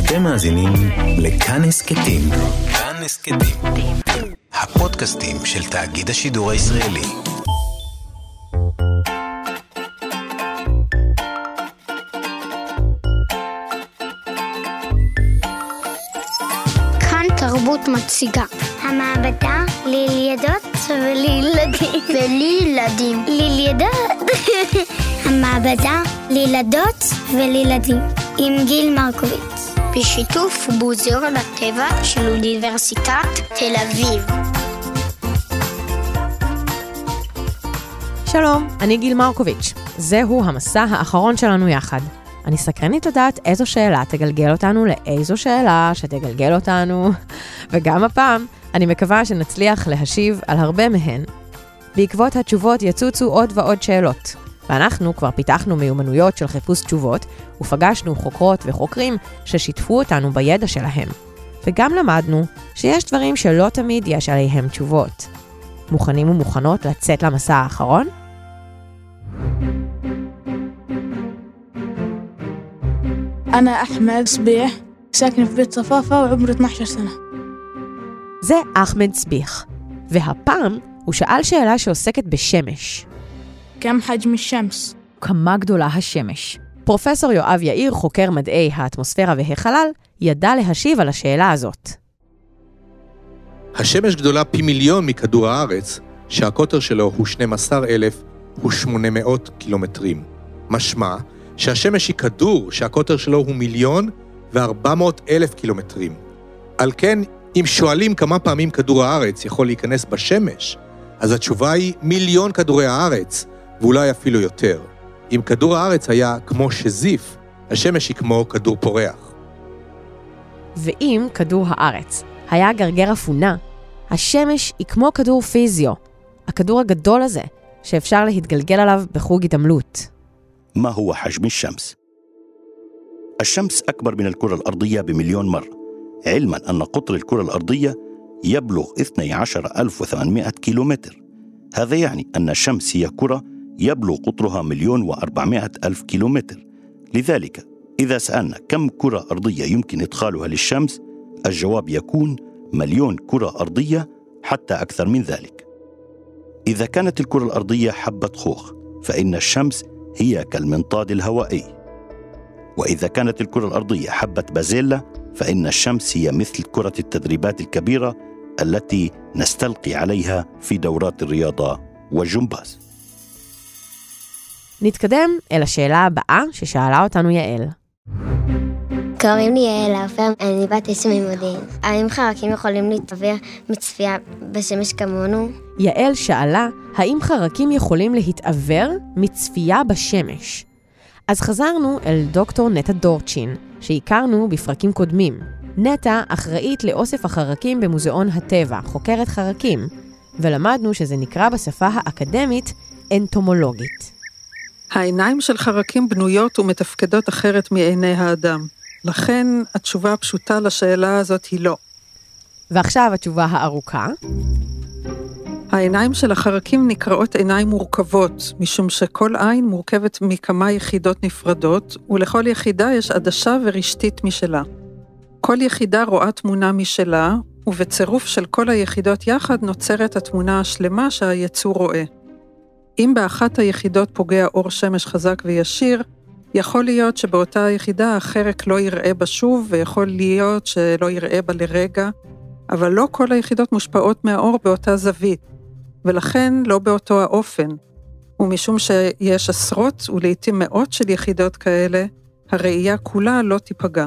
אתם מאזינים לכאן הסכתים. כאן הסכתים. הפודקאסטים של תאגיד השידור הישראלי. כאן תרבות מציגה. המעבדה לילדות ולילדים. ולילדים. לילדות. המעבדה לילדות ולילדים. עם גיל מרקוביץ. בשיתוף מוזיאון הטבע של אוניברסיטת תל אביב. שלום, אני גיל מרקוביץ. זהו המסע האחרון שלנו יחד. אני סקרנית לדעת איזו שאלה תגלגל אותנו לאיזו שאלה שתגלגל אותנו. וגם הפעם אני מקווה שנצליח להשיב על הרבה מהן. בעקבות התשובות יצוצו עוד ועוד שאלות. ואנחנו כבר פיתחנו מיומנויות של חיפוש תשובות, ופגשנו חוקרות וחוקרים ששיתפו אותנו בידע שלהם. וגם למדנו שיש דברים שלא תמיד יש עליהם תשובות. מוכנים ומוכנות לצאת למסע האחרון? أنا أحمد صبيح ساكن في بيت صفافة وعمري 12 سنة. זה אחמד סביח, והפעם הוא שאל שאלה שעוסקת בשמש. كم حجم الشمس؟ כמה גדולה השמש? פרופסור יואב יאיר, חוקר מדעי האטמוספירה והחלל, ידע להשיב על השאלה הזאת. השמש גדולה פי מיליון מכדור הארץ, שהקוטר שלו הוא 12,800 קילומטרים. משמע שהשמש היא כדור שהקוטר שלו הוא 1,400,000 קילומטרים. על כן, אם שואלים כמה פעמים כדור הארץ יכול להיכנס בשמש, אז התשובה היא 1,000,000 כדורי הארץ, ואולי אפילו יותר. אם כדור הארץ היה כמו שזיף, השמש היא כמו כדור פורח. ואם כדור הארץ היה גרגר אפונה, השמש היא כמו כדור פיזיו, הכדור הגדול הזה, שאפשר להתגלגל עליו בחוג התעמלות. ما هو حجم الشمس؟ الشمس أكبر من الكرة الأرضية ب1,000,000 مرة، علما أن قطر الكرة الأرضية يبلغ 12,800 كيلومتر. هذا يعني أن الشمس هي كرة يبلغ قطرها 1,400,000 كيلومتر. لذلك إذا سألنا كم كرة أرضية يمكن إدخالها للشمس، الجواب يكون 1,000,000 كرة أرضية حتى أكثر من ذلك. إذا كانت الكرة الأرضية حبة خوخ، فإن الشمس هي كالمنطاد الهوائي. وإذا كانت الكرة الأرضية حبة بازيلا، فإن الشمس هي مثل كرة التدريبات الكبيرة التي نستلقي عليها في دورات الرياضة والجمباز. נתקדם אל השאלה הבאה ששאלה אותנו יעל. קוראים לי יעל עופר, אני בת 20 ממודיעין. האם חרקים יכולים להתעבר מצפייה בשמש כמונו? יעל שאלה, האם חרקים יכולים להתעבר מצפייה בשמש? אז חזרנו אל דוקטור נטע דורצ'ין, שהכרנו בפרקים קודמים. נטע אחראית לאוסף החרקים במוזיאון הטבע, חוקרת חרקים, ולמדנו שזה נקרא בשפה האקדמית אנטומולוגית. העיניים של חרקים בנויות ומתפקדות אחרת מעיני האדם. לכן התשובה הפשוטה לשאלה הזאת היא לא. ועכשיו התשובה הארוכה. העיניים של החרקים נקראות עיניים מורכבות, משום שכל עין מורכבת מכמה יחידות נפרדות, ולכל יחידה יש עדשה ורשתית משלה. כל יחידה רואה תמונה משלה, ובצירוף של כל היחידות יחד נוצרת התמונה השלמה שהיצור רואה. אם באחת היחידות פוגע אור שמש חזק וישיר, יכול להיות שבאותה יחידה החרק לא יראה בה שוב, ויכול להיות שלא יראה בה לרגע, אבל לא כל היחידות מושפעות מהאור באותה זווית, ולכן לא באותו האופן. ומשום שיש עשרות ולעיתים מאות של יחידות כאלה, הראייה כולה לא תיפגע.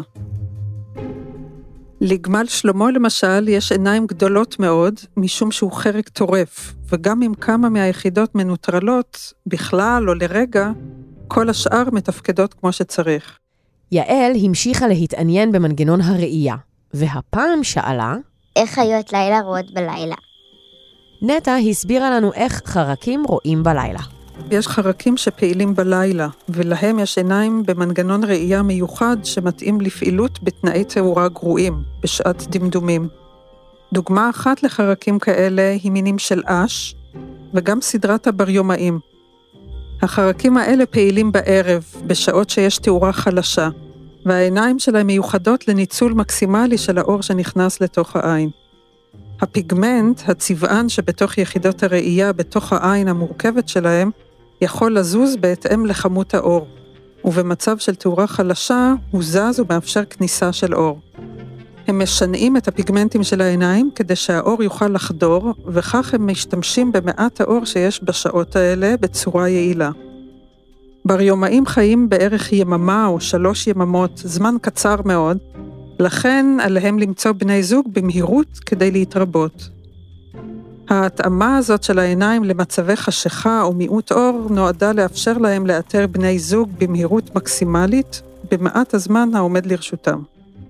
לגמל שלמה למשל יש עיניים גדולות מאוד, משום שהוא חרק טורף, וגם אם כמה מהיחידות מנוטרלות, בכלל או לרגע, כל השאר מתפקדות כמו שצריך. יעל המשיכה להתעניין במנגנון הראייה, והפעם שאלה, איך חיות לילה רואות בלילה? נטע הסבירה לנו איך חרקים רואים בלילה. יש חרקים שפעילים בלילה, ולהם יש עיניים במנגנון ראייה מיוחד שמתאים לפעילות בתנאי תאורה גרועים, בשעת דמדומים. דוגמה אחת לחרקים כאלה היא מינים של אש, וגם סדרת הבריומאים. החרקים האלה פעילים בערב, בשעות שיש תאורה חלשה, והעיניים שלהם מיוחדות לניצול מקסימלי של האור שנכנס לתוך העין. הפיגמנט, הצבען שבתוך יחידות הראייה בתוך העין המורכבת שלהם, יכול לזוז בהתאם לכמות האור, ובמצב של תאורה חלשה הוא זז ומאפשר כניסה של אור. הם משנעים את הפיגמנטים של העיניים כדי שהאור יוכל לחדור, וכך הם משתמשים במעט האור שיש בשעות האלה בצורה יעילה. בריומאים חיים בערך יממה או 3 יממות, זמן קצר מאוד, לכן עליהם למצוא בני זוג במהירות כדי להתרבות. ההתאמה הזאת של העיניים למצבי חשיכה או מיעוט אור נועדה לאפשר להם לאתר בני זוג במהירות מקסימלית במעט הזמן העומד לרשותם.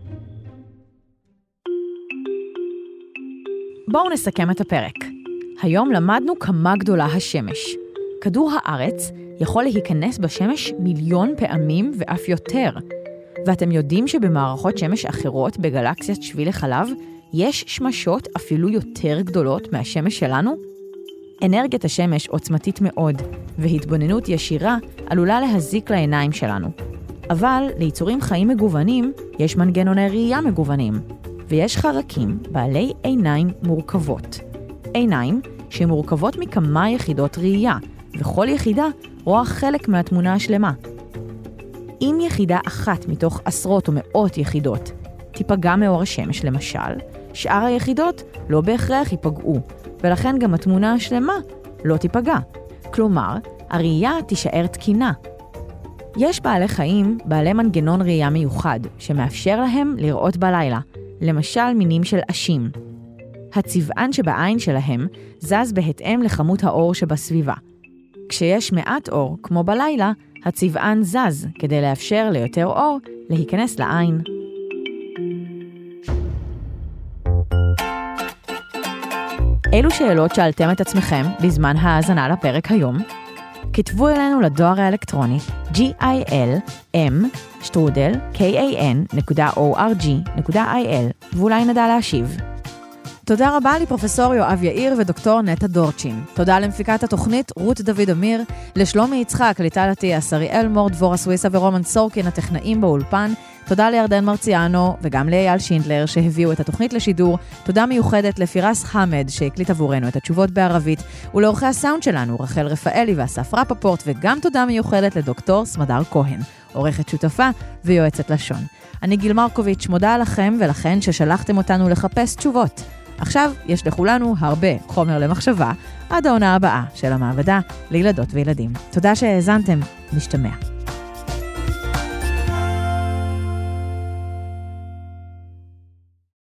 בואו נסכם את הפרק. היום למדנו כמה גדולה השמש. כדור הארץ יכול להיכנס בשמש 1,000,000 פעמים ואף יותר. ואתם יודעים שבמערכות שמש אחרות בגלקסיית שביל החלב יש שמשות אפילו יותר גדולות מהשמש שלנו? אנרגיית השמש עוצמתית מאוד, והתבוננות ישירה עלולה להזיק לעיניים שלנו. אבל ליצורים חיים מגוונים יש מנגנוני ראייה מגוונים, ויש חרקים בעלי עיניים מורכבות. עיניים שמורכבות מכמה יחידות ראייה, וכל יחידה רואה חלק מהתמונה השלמה. אם יחידה אחת מתוך עשרות או מאות יחידות תיפגע מאור השמש למשל, שאר היחידות לא בהכרח ייפגעו, ולכן גם התמונה השלמה לא תיפגע. כלומר, הראייה תישאר תקינה. יש בעלי חיים בעלי מנגנון ראייה מיוחד, שמאפשר להם לראות בלילה, למשל מינים של אשים. הצבען שבעין שלהם זז בהתאם לכמות האור שבסביבה. כשיש מעט אור, כמו בלילה, הצבען זז כדי לאפשר ליותר אור להיכנס לעין. אילו שאלות שאלתם את עצמכם בזמן ההאזנה לפרק היום? כתבו אלינו לדואר האלקטרוני gil@kan.org.il ואולי נדע להשיב. תודה רבה לפרופסור יואב יאיר ודוקטור נטע דורצ'ין. תודה למפיקת התוכנית רות דוד אמיר, לשלומי יצחק, ליטל עטיאס, אריאל מור, דבורה סוויסה ורומן סורקין הטכנאים באולפן. תודה לירדן מרציאנו וגם לאייל שינדלר שהביאו את התוכנית לשידור. תודה מיוחדת לפירס חמד שהקליט עבורנו את התשובות בערבית, ולאורחי הסאונד שלנו רחל רפאלי ואסף רפפורט, וגם תודה מיוחדת לדוקטור סמדר כהן, עורכת שותפה ויועצת לשון. אני גיל מרקוביץ', מודה לכם ולכן ששלחתם אותנו לחפש תשובות. עכשיו יש לכולנו הרבה חומר למחשבה עד העונה הבאה של המעבדה לילדות וילדים. תודה שהאזנתם, נשתמע.